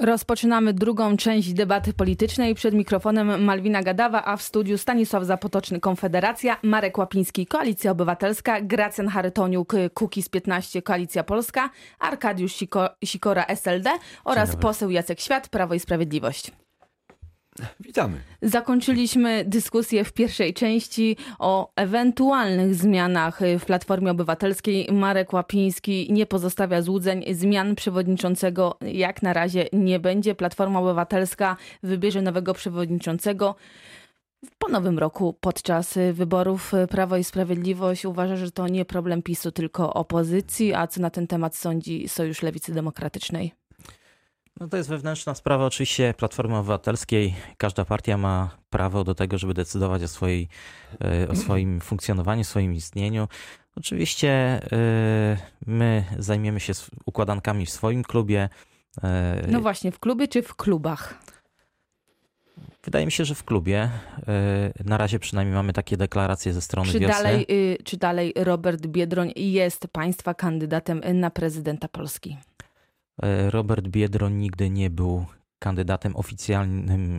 Rozpoczynamy drugą część debaty politycznej. Przed mikrofonem Malwina Gadawa, a w studiu Stanisław Zapotoczny, Konfederacja, Marek Łapiński, Koalicja Obywatelska, Gracjan Charytoniuk, Kukiz15, Koalicja Polska, Arkadiusz Sikora, SLD oraz poseł Jacek Świat, Prawo i Sprawiedliwość. Witamy. Zakończyliśmy dyskusję w pierwszej części o ewentualnych zmianach w Platformie Obywatelskiej. Marek Łapiński nie pozostawia złudzeń. Zmian przewodniczącego jak na razie nie będzie. Platforma Obywatelska wybierze nowego przewodniczącego po nowym roku podczas wyborów. Prawo i Sprawiedliwość uważa, że to nie problem PiS-u, tylko opozycji. A co na ten temat sądzi Sojusz Lewicy Demokratycznej? No to jest wewnętrzna sprawa oczywiście Platformy Obywatelskiej. Każda partia ma prawo do tego, żeby decydować o swoim funkcjonowaniu, swoim istnieniu. Oczywiście my zajmiemy się układankami w swoim klubie. No właśnie, w klubie czy w klubach? Wydaje mi się, że w klubie. Na razie przynajmniej mamy takie deklaracje ze strony Wiosny. Czy dalej Robert Biedroń jest państwa kandydatem na prezydenta Polski? Robert Biedroń nigdy nie był kandydatem oficjalnym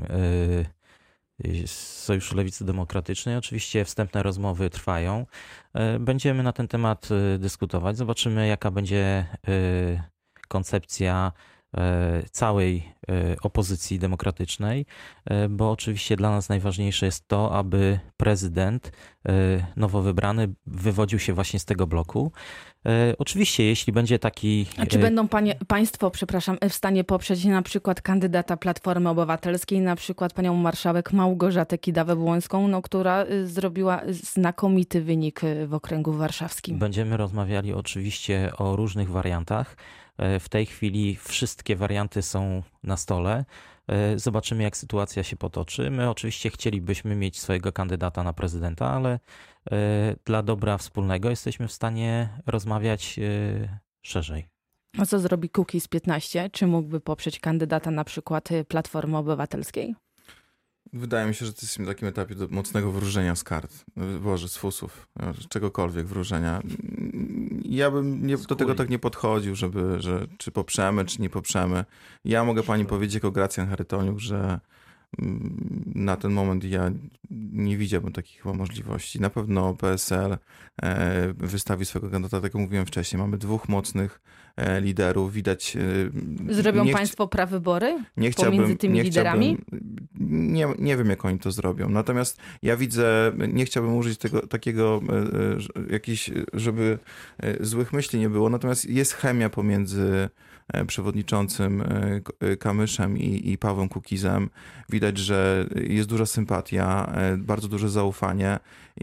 Sojuszu Lewicy Demokratycznej. Oczywiście wstępne rozmowy trwają. Będziemy na ten temat dyskutować. Zobaczymy, jaka będzie koncepcja całej opozycji demokratycznej, bo oczywiście dla nas najważniejsze jest to, aby prezydent nowo wybrany wywodził się właśnie z tego bloku. Oczywiście, jeśli będzie taki... A czy będą państwo, w stanie poprzeć na przykład kandydata Platformy Obywatelskiej, na przykład panią marszałek Małgorzatę Kidawę-Błońską, która zrobiła znakomity wynik w okręgu warszawskim? Będziemy rozmawiali oczywiście o różnych wariantach. W tej chwili wszystkie warianty są na stole. Zobaczymy, jak sytuacja się potoczy. My oczywiście chcielibyśmy mieć swojego kandydata na prezydenta, ale dla dobra wspólnego jesteśmy w stanie rozmawiać szerzej. A co zrobi Kukiz15? Czy mógłby poprzeć kandydata na przykład Platformy Obywatelskiej? Wydaje mi się, że to jest na takim etapie do mocnego wróżenia z kart. Boże, z fusów, czegokolwiek wróżenia. Ja bym do tego tak nie podchodził, że czy poprzemy, czy nie poprzemy. Ja mogę pani powiedzieć jako Gracjan Charytoniuk, że na ten moment ja nie widziałbym takich chyba możliwości. Na pewno PSL wystawi swojego kandydata, tak jak mówiłem wcześniej. Mamy dwóch mocnych liderów. Widać... Zrobią państwo prawybory pomiędzy tymi liderami? Nie wiem, jak oni to zrobią. Natomiast ja widzę, nie chciałbym użyć tego takiego, żeby złych myśli nie było. Natomiast jest chemia pomiędzy przewodniczącym Kamyszem i Pawłem Kukizem. Widać, że jest duża sympatia, bardzo duże zaufanie.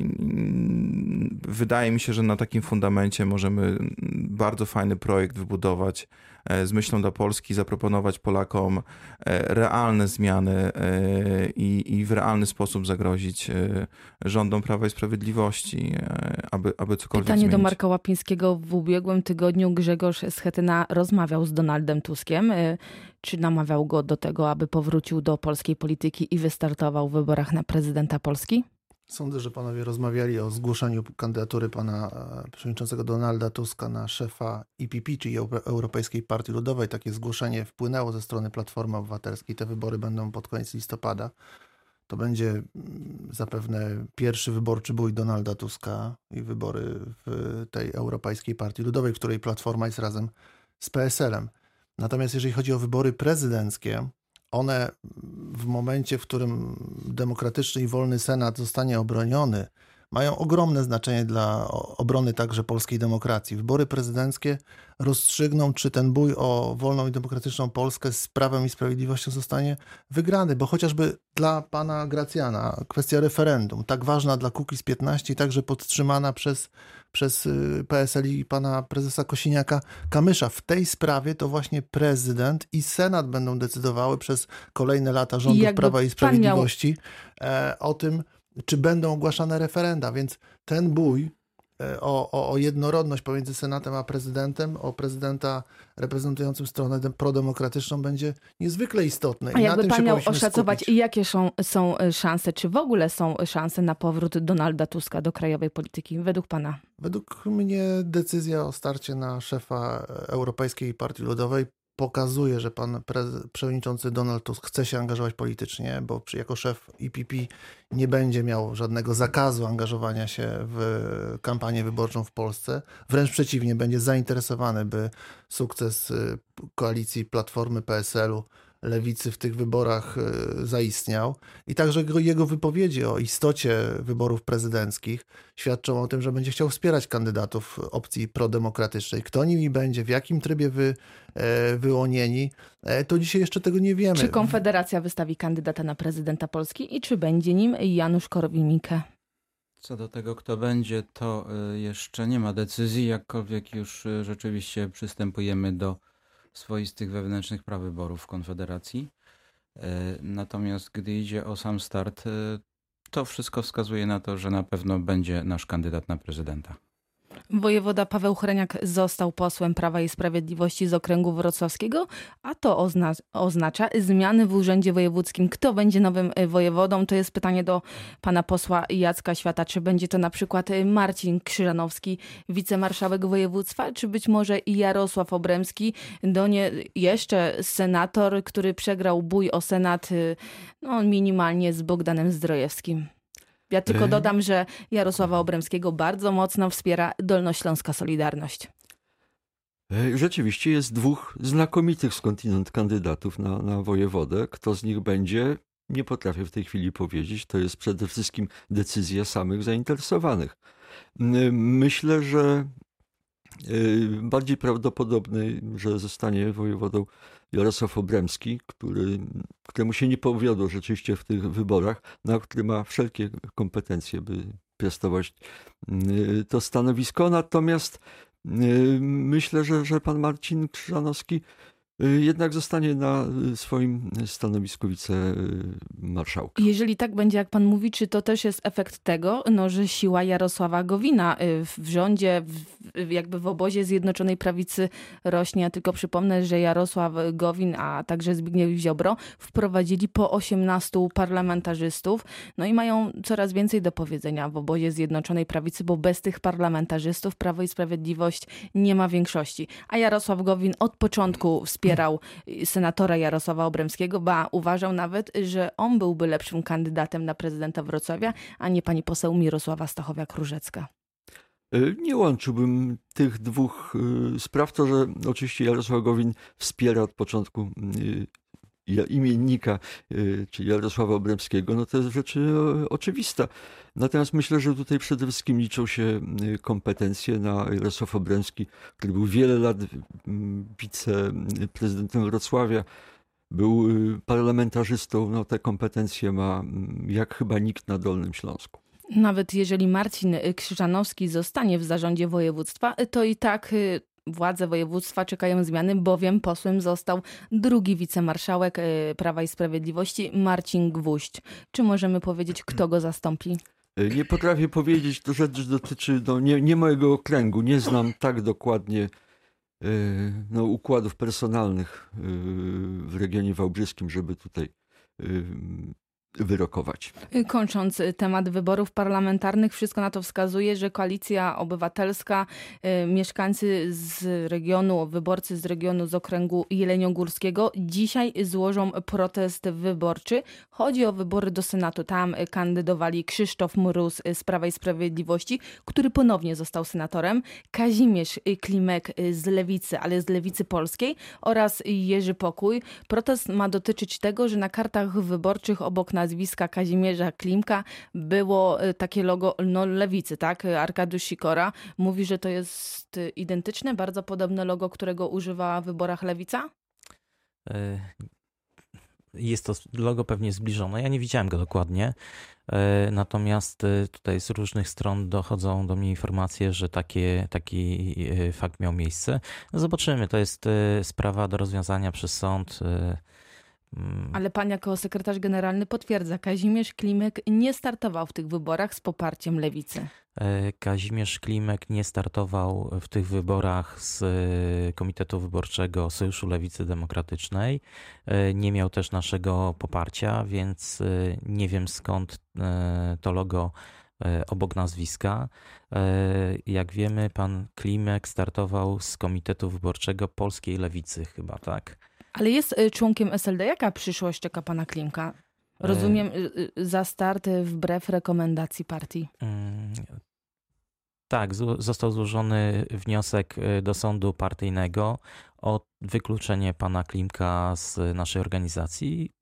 Wydaje mi się, że na takim fundamencie możemy bardzo fajny projekt wybudować z myślą dla Polski, zaproponować Polakom realne zmiany i w realny sposób zagrozić rządom Prawa i Sprawiedliwości, aby cokolwiek Pytanie zmienić. do Marka Łapińskiego. W ubiegłym tygodniu Grzegorz Schetyna rozmawiał z Donaldem Tuskiem. Czy namawiał go do tego, aby powrócił do polskiej polityki i wystartował w wyborach na prezydenta Polski? Sądzę, że panowie rozmawiali o zgłoszeniu kandydatury pana przewodniczącego Donalda Tuska na szefa EPP, czyli Europejskiej Partii Ludowej. Takie zgłoszenie wpłynęło ze strony Platformy Obywatelskiej. Te wybory będą pod koniec listopada. To będzie zapewne pierwszy wyborczy bój Donalda Tuska i wybory w tej Europejskiej Partii Ludowej, w której Platforma jest razem z PSL-em. Natomiast jeżeli chodzi o wybory prezydenckie, one w momencie, w którym demokratyczny i wolny Senat zostanie obroniony, mają ogromne znaczenie dla obrony także polskiej demokracji. Wybory prezydenckie rozstrzygną, czy ten bój o wolną i demokratyczną Polskę z Prawem i Sprawiedliwością zostanie wygrany, bo chociażby dla pana Gracjana kwestia referendum, tak ważna dla Kukiz15 i także podtrzymana przez PSL i pana prezesa Kosiniaka-Kamysza. W tej sprawie to właśnie prezydent i Senat będą decydowały przez kolejne lata rządów Prawa i Sprawiedliwości o tym, czy będą ogłaszane referenda. Więc ten bój o jednorodność pomiędzy Senatem a prezydentem, o prezydenta reprezentującym stronę prodemokratyczną będzie niezwykle istotny. A jakby pan miał oszacować, jakie są szanse, czy w ogóle są szanse na powrót Donalda Tuska do krajowej polityki, według pana? Według mnie decyzja o starcie na szefa Europejskiej Partii Ludowej pokazuje, że pan przewodniczący Donald Tusk chce się angażować politycznie, bo jako szef EPP nie będzie miał żadnego zakazu angażowania się w kampanię wyborczą w Polsce. Wręcz przeciwnie, będzie zainteresowany, by sukces koalicji Platformy, PSL-u, Lewicy w tych wyborach zaistniał. I także jego wypowiedzi o istocie wyborów prezydenckich świadczą o tym, że będzie chciał wspierać kandydatów opcji prodemokratycznej. Kto nimi będzie, w jakim trybie wyłonieni, to dzisiaj jeszcze tego nie wiemy. Czy Konfederacja wystawi kandydata na prezydenta Polski i czy będzie nim Janusz Korwin-Mikke? Co do tego, kto będzie, to jeszcze nie ma decyzji, jakkolwiek już rzeczywiście przystępujemy do swoistych wewnętrznych prawyborów w Konfederacji. Natomiast gdy idzie o sam start, to wszystko wskazuje na to, że na pewno będzie nasz kandydat na prezydenta. Wojewoda Paweł Hreniak został posłem Prawa i Sprawiedliwości z okręgu wrocławskiego, a to oznacza zmiany w urzędzie wojewódzkim. Kto będzie nowym wojewodą? To jest pytanie do pana posła Jacka Świata. Czy będzie to na przykład Marcin Krzyżanowski, wicemarszałek województwa, czy być może Jarosław Obremski, jeszcze senator, który przegrał bój o Senat minimalnie z Bogdanem Zdrojewskim. Ja tylko dodam, że Jarosława Obremskiego bardzo mocno wspiera Dolnośląska Solidarność. Rzeczywiście jest dwóch znakomitych skądinąd kandydatów na wojewodę. Kto z nich będzie, nie potrafię w tej chwili powiedzieć. To jest przede wszystkim decyzja samych zainteresowanych. Myślę, że bardziej prawdopodobny, że zostanie wojewodą Jarosław Obremski, któremu się nie powiodło rzeczywiście w tych wyborach, który ma wszelkie kompetencje, by piastować to stanowisko. Natomiast myślę, że pan Marcin Krzyżanowski jednak zostanie na swoim stanowisku wicemarszałka. Jeżeli tak będzie, jak pan mówi, czy to też jest efekt tego, że siła Jarosława Gowina w rządzie, jakby w obozie Zjednoczonej Prawicy rośnie? Ja tylko przypomnę, że Jarosław Gowin, a także Zbigniew Ziobro wprowadzili po 18 parlamentarzystów, i mają coraz więcej do powiedzenia w obozie Zjednoczonej Prawicy, bo bez tych parlamentarzystów Prawo i Sprawiedliwość nie ma większości. A Jarosław Gowin od początku wspierał senatora Jarosława Obremskiego, ba uważał nawet, że on byłby lepszym kandydatem na prezydenta Wrocławia, a nie pani poseł Mirosława Stachowiak-Różecka. Nie łączyłbym tych dwóch spraw. To, że oczywiście Jarosław Gowin wspiera od początku imiennika, czyli Jarosława Obremskiego, to jest rzecz oczywista. Natomiast myślę, że tutaj przede wszystkim liczą się kompetencje. Jarosław Obremski, który był wiele lat wiceprezydentem Wrocławia, był parlamentarzystą, te kompetencje ma jak chyba nikt na Dolnym Śląsku. Nawet jeżeli Marcin Krzyżanowski zostanie w zarządzie województwa, to i tak władze województwa czekają zmiany, bowiem posłem został drugi wicemarszałek Prawa i Sprawiedliwości, Marcin Gwóźdź. Czy możemy powiedzieć, kto go zastąpi? Nie potrafię powiedzieć, to rzecz dotyczy nie mojego okręgu. Nie znam tak dokładnie układów personalnych w regionie wałbrzyskim, żeby tutaj wyrokować. Kończąc temat wyborów parlamentarnych, wszystko na to wskazuje, że Koalicja Obywatelska, mieszkańcy z regionu, wyborcy z regionu, z okręgu jeleniogórskiego dzisiaj złożą protest wyborczy. Chodzi o wybory do Senatu. Tam kandydowali Krzysztof Mróz z Prawa i Sprawiedliwości, który ponownie został senatorem, Kazimierz Klimek z Lewicy, ale z Lewicy Polskiej, oraz Jerzy Pokój. Protest ma dotyczyć tego, że na kartach wyborczych obok nazwiska Kazimierza Klimka było takie logo Lewicy, tak? Arkadiusz Sikora mówi, że to jest identyczne, bardzo podobne logo, którego używa w wyborach Lewica? Jest to logo pewnie zbliżone. Ja nie widziałem go dokładnie. Natomiast tutaj z różnych stron dochodzą do mnie informacje, że taki fakt miał miejsce. Zobaczymy. To jest sprawa do rozwiązania przez sąd. Ale pan jako sekretarz generalny potwierdza, Kazimierz Klimek nie startował w tych wyborach z poparciem Lewicy. Kazimierz Klimek nie startował w tych wyborach z Komitetu Wyborczego Sojuszu Lewicy Demokratycznej. Nie miał też naszego poparcia, więc nie wiem skąd to logo obok nazwiska. Jak wiemy, pan Klimek startował z Komitetu Wyborczego Polskiej Lewicy chyba, tak? Ale jest członkiem SLD. Jaka przyszłość czeka pana Klimka? Rozumiem, za start wbrew rekomendacji partii. Tak, został złożony wniosek do sądu partyjnego o wykluczenie pana Klimka z naszej organizacji.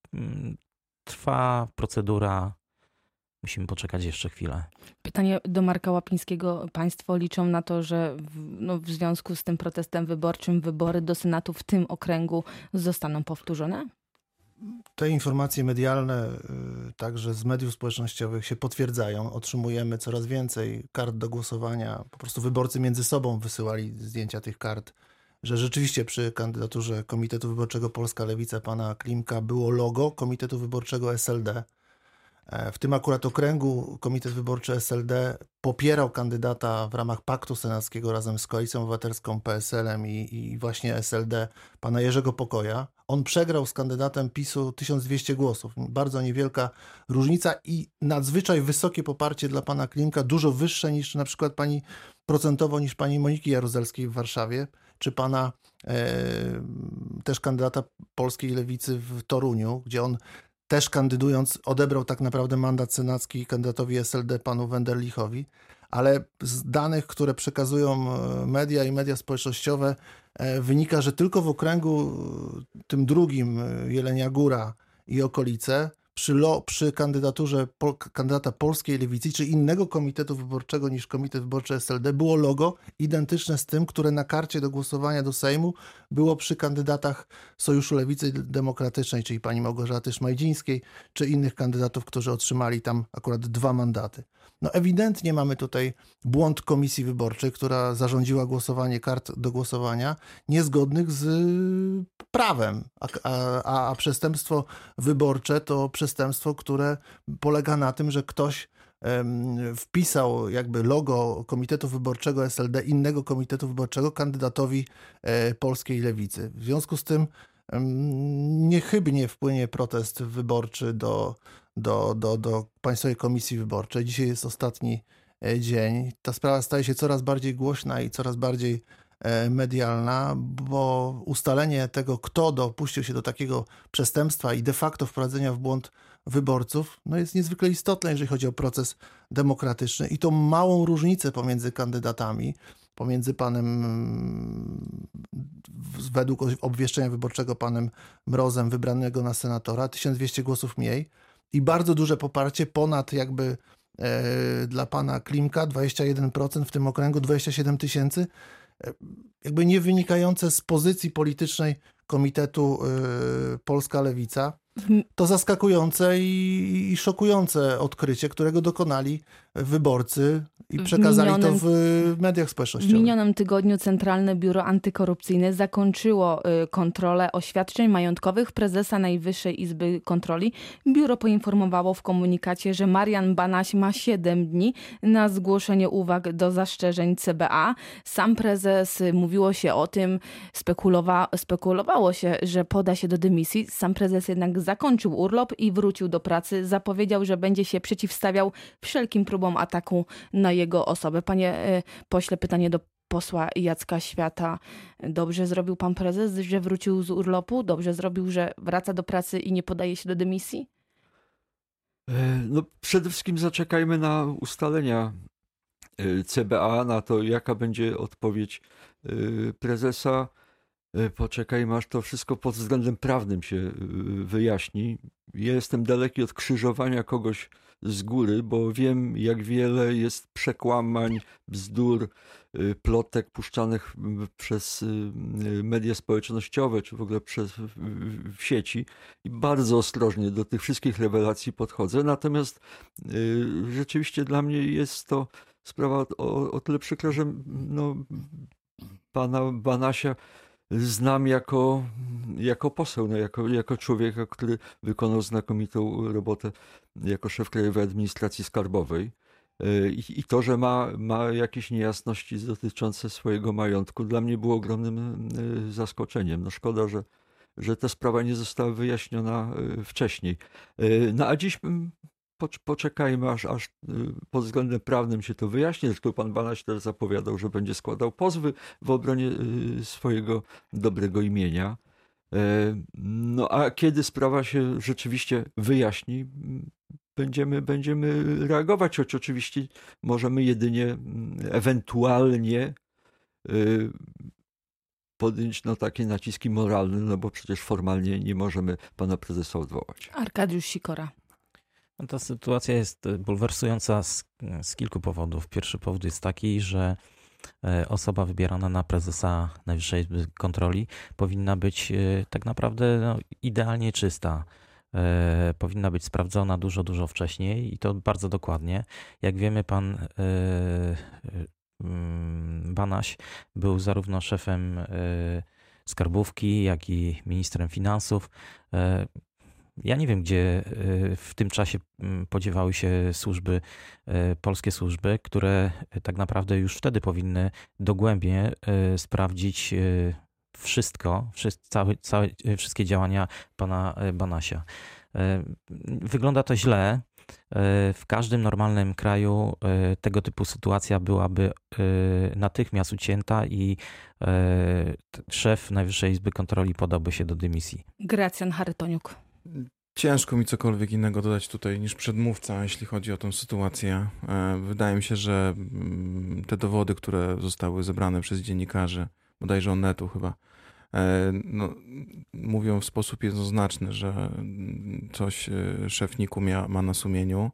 Trwa procedura. Musimy poczekać jeszcze chwilę. Pytanie do Marka Łapińskiego. Państwo liczą na to, że w związku z tym protestem wyborczym wybory do Senatu w tym okręgu zostaną powtórzone? Te informacje medialne, także z mediów społecznościowych, się potwierdzają. Otrzymujemy coraz więcej kart do głosowania. Po prostu wyborcy między sobą wysyłali zdjęcia tych kart, że rzeczywiście przy kandydaturze Komitetu Wyborczego Polska Lewica pana Klimka było logo Komitetu Wyborczego SLD. W tym akurat okręgu Komitet Wyborczy SLD popierał kandydata w ramach Paktu Senackiego razem z Koalicją Obywatelską, PSL-em i właśnie SLD, pana Jerzego Pokoja. On przegrał z kandydatem PiS-u 1200 głosów. Bardzo niewielka różnica i nadzwyczaj wysokie poparcie dla pana Klimka, dużo wyższe niż na przykład procentowo niż pani Moniki Jaruzelskiej w Warszawie, czy pana też kandydata Polskiej Lewicy w Toruniu, gdzie on też kandydując odebrał tak naprawdę mandat senacki kandydatowi SLD panu Wenderlichowi, ale z danych, które przekazują media i media społecznościowe wynika, że tylko w okręgu tym drugim Jelenia Góra i okolice przy kandydaturze kandydata Polskiej Lewicy czy innego komitetu wyborczego niż Komitet Wyborczy SLD było logo identyczne z tym, które na karcie do głosowania do Sejmu było przy kandydatach Sojuszu Lewicy Demokratycznej, czyli pani Małgorzaty Szmajdzińskiej, czy innych kandydatów, którzy otrzymali tam akurat 2 mandaty. No ewidentnie mamy tutaj błąd komisji wyborczej, która zarządziła głosowanie kart do głosowania niezgodnych z prawem, a przestępstwo wyborcze to przestępstwo, które polega na tym, że ktoś wpisał jakby logo Komitetu Wyborczego SLD, innego komitetu wyborczego kandydatowi Polskiej Lewicy. W związku z tym niechybnie wpłynie protest wyborczy do Państwowej Komisji Wyborczej. Dzisiaj jest ostatni dzień. Ta sprawa staje się coraz bardziej głośna i coraz bardziej medialna, bo ustalenie tego, kto dopuścił się do takiego przestępstwa i de facto wprowadzenia w błąd wyborców, no jest niezwykle istotne, jeżeli chodzi o proces demokratyczny i tą małą różnicę pomiędzy kandydatami, pomiędzy według obwieszczenia wyborczego panem Mrozem, wybranego na senatora, 1200 głosów mniej i bardzo duże poparcie ponad jakby dla pana Klimka, 21%, w tym okręgu 27 000, jakby nie wynikające z pozycji politycznej Komitetu Polska Lewica. To zaskakujące i szokujące odkrycie, którego dokonali wyborcy i przekazali to w mediach społecznościowych. W minionym tygodniu Centralne Biuro Antykorupcyjne zakończyło kontrolę oświadczeń majątkowych prezesa Najwyższej Izby Kontroli. Biuro poinformowało w komunikacie, że Marian Banaś ma 7 dni na zgłoszenie uwag do zastrzeżeń CBA. Sam prezes, mówiło się o tym, spekulowało się, że poda się do dymisji. Sam prezes jednak zakończył urlop i wrócił do pracy. Zapowiedział, że będzie się przeciwstawiał wszelkim próbom ataku na jego osobę. Panie pośle, pytanie do posła Jacka Świata. Dobrze zrobił pan prezes, że wrócił z urlopu? Dobrze zrobił, że wraca do pracy i nie podaje się do dymisji? No przede wszystkim zaczekajmy na ustalenia CBA, na to, jaka będzie odpowiedź prezesa. Poczekajmy, aż to wszystko pod względem prawnym się wyjaśni. Ja jestem daleki od krzyżowania kogoś z góry, bo wiem, jak wiele jest przekłamań, bzdur, plotek puszczanych przez media społecznościowe, czy w ogóle w sieci i bardzo ostrożnie do tych wszystkich rewelacji podchodzę. Natomiast rzeczywiście dla mnie jest to sprawa o tyle przykra, że no, pana Banasia znam jako poseł, no jako człowieka, który wykonał znakomitą robotę jako szef Krajowej Administracji Skarbowej. I to, że ma jakieś niejasności dotyczące swojego majątku, dla mnie było ogromnym zaskoczeniem. No szkoda, że ta sprawa nie została wyjaśniona wcześniej. No a dziś poczekajmy, aż pod względem prawnym się to wyjaśni. Zresztą pan Banaś też zapowiadał, że będzie składał pozwy w obronie swojego dobrego imienia. No a kiedy sprawa się rzeczywiście wyjaśni, będziemy reagować, choć oczywiście możemy jedynie ewentualnie podjąć takie naciski moralne, no bo przecież formalnie nie możemy pana prezesa odwołać. Arkadiusz Sikora. No, ta sytuacja jest bulwersująca z kilku powodów. Pierwszy powód jest taki, że osoba wybierana na prezesa Najwyższej Izby Kontroli powinna być tak naprawdę idealnie czysta. Powinna być sprawdzona dużo wcześniej i to bardzo dokładnie. Jak wiemy, pan Banaś był zarówno szefem skarbówki, jak i ministrem finansów. Ja nie wiem, gdzie w tym czasie podziewały się służby, polskie służby, które tak naprawdę już wtedy powinny dogłębnie sprawdzić wszystkie działania pana Banasia. Wygląda to źle. W każdym normalnym kraju tego typu sytuacja byłaby natychmiast ucięta i szef Najwyższej Izby Kontroli podałby się do dymisji. Gracjan Charytoniuk. Ciężko mi cokolwiek innego dodać tutaj niż przedmówca, jeśli chodzi o tę sytuację. Wydaje mi się, że te dowody, które zostały zebrane przez dziennikarzy, bodajże Onetu chyba, no, mówią w sposób jednoznaczny, że coś szef NIK-u ma na sumieniu.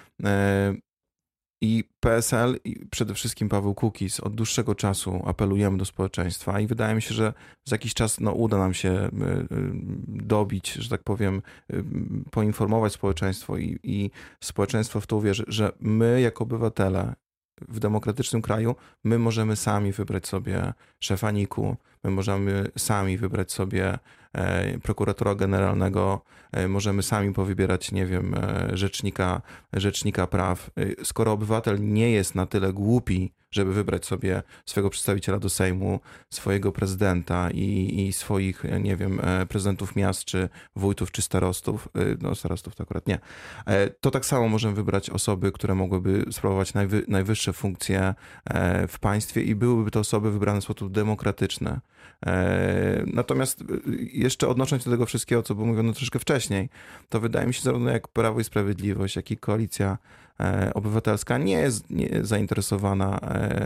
I PSL i przede wszystkim Paweł Kukiz od dłuższego czasu apelujemy do społeczeństwa i wydaje mi się, że za jakiś czas uda nam się dobić, że tak powiem, poinformować społeczeństwo i społeczeństwo w to uwierzy, że my jako obywatele w demokratycznym kraju, my możemy sami wybrać sobie szefa NIK-u, my możemy sami wybrać sobie prokuratora generalnego, możemy sami powybierać, nie wiem, rzecznika praw. Skoro obywatel nie jest na tyle głupi, żeby wybrać sobie swojego przedstawiciela do Sejmu, swojego prezydenta i swoich, nie wiem, prezydentów miast, czy wójtów, czy starostów, no starostów to akurat nie, to tak samo możemy wybrać osoby, które mogłyby sprawować najwyższe funkcje w państwie i byłyby to osoby wybrane w sposób demokratyczny. Natomiast jeszcze odnosząc się do tego wszystkiego, co było mówione troszkę wcześniej, to wydaje mi się, zarówno jak Prawo i Sprawiedliwość, jak i Koalicja Obywatelska nie jest zainteresowana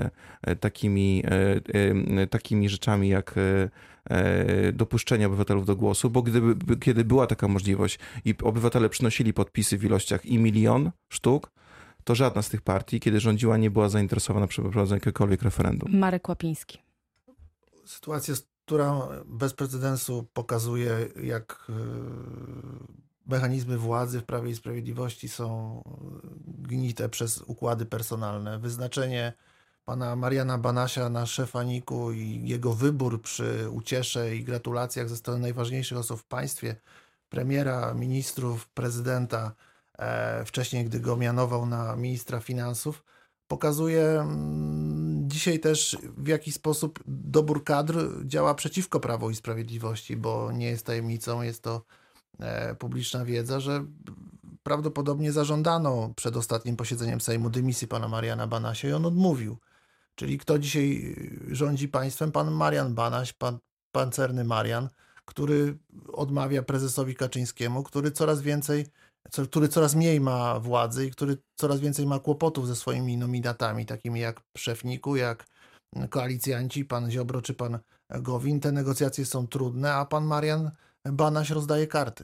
takimi rzeczami jak dopuszczenie obywatelów do głosu, bo kiedy była taka możliwość i obywatele przynosili podpisy w ilościach i 1 000 000 sztuk, to żadna z tych partii, kiedy rządziła, nie była zainteresowana przeprowadzeniem jakiegokolwiek referendum. Marek Łapiński. Sytuacja, która bez precedensu pokazuje, jak mechanizmy władzy w Prawie i Sprawiedliwości są gnite przez układy personalne. Wyznaczenie pana Mariana Banasia na szefa NIK-u i jego wybór przy uciesze i gratulacjach ze strony najważniejszych osób w państwie, premiera, ministrów, prezydenta, wcześniej gdy go mianował na ministra finansów, pokazuje dzisiaj też, w jaki sposób dobór kadr działa przeciwko Prawu i Sprawiedliwości, bo nie jest tajemnicą, jest to publiczna wiedza, że prawdopodobnie zażądano przed ostatnim posiedzeniem Sejmu dymisji pana Mariana Banasia i on odmówił. Czyli kto dzisiaj rządzi państwem? Pan Marian Banaś, pancerny Marian, który odmawia prezesowi Kaczyńskiemu, który coraz mniej ma władzy i który coraz więcej ma kłopotów ze swoimi nominatami, takimi jak szef NIK-u, jak koalicjanci, pan Ziobro czy pan Gowin. Te negocjacje są trudne, a pan Marian Banaś rozdaje karty.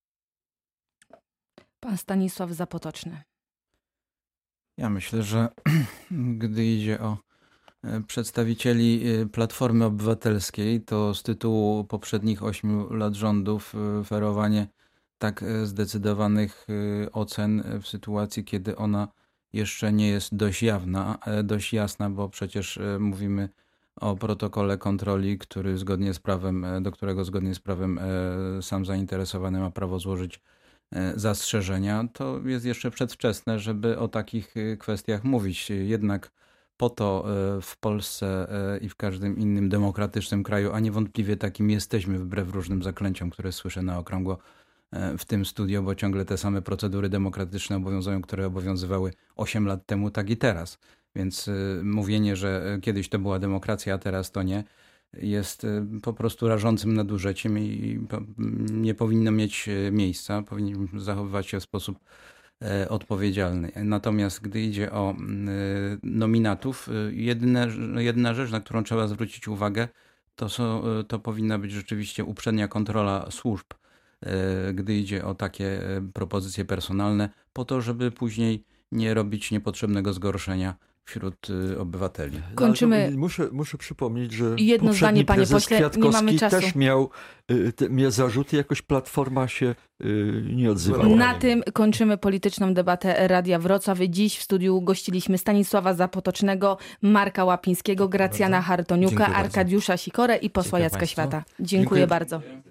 Pan Stanisław Zapotoczny. Ja myślę, że gdy idzie o przedstawicieli Platformy Obywatelskiej, to z tytułu poprzednich 8 lat rządów ferowanie tak zdecydowanych ocen w sytuacji, kiedy ona jeszcze nie jest dość jasna, bo przecież mówimy o protokole kontroli, do którego zgodnie z prawem sam zainteresowany ma prawo złożyć zastrzeżenia. To jest jeszcze przedwczesne, żeby o takich kwestiach mówić. Jednak po to w Polsce i w każdym innym demokratycznym kraju, a niewątpliwie takim jesteśmy wbrew różnym zaklęciom, które słyszę na okrągło, w tym studio, bo ciągle te same procedury demokratyczne obowiązują, które obowiązywały 8 lat temu, tak i teraz. Więc mówienie, że kiedyś to była demokracja, a teraz to nie, jest po prostu rażącym nadużyciem i nie powinno mieć miejsca. Powinniśmy zachowywać się w sposób odpowiedzialny. Natomiast gdy idzie o nominatów, jedyna rzecz, na którą trzeba zwrócić uwagę, to powinna być rzeczywiście uprzednia kontrola służb, gdy idzie o takie propozycje personalne, po to, żeby później nie robić niepotrzebnego zgorszenia wśród obywateli. Kończymy. Muszę przypomnieć, że jedno zdanie, panie pośle, nie mamy czasu. Też miał zarzuty, jakoś Platforma się nie odzywała. Na tym kończymy polityczną debatę Radia Wrocław. Dziś w studiu gościliśmy Stanisława Zapotocznego, Marka Łapińskiego, Gracjana Hartoniuka, Arkadiusza Sikorę i posła Jacka Świata. Dziękuję bardzo.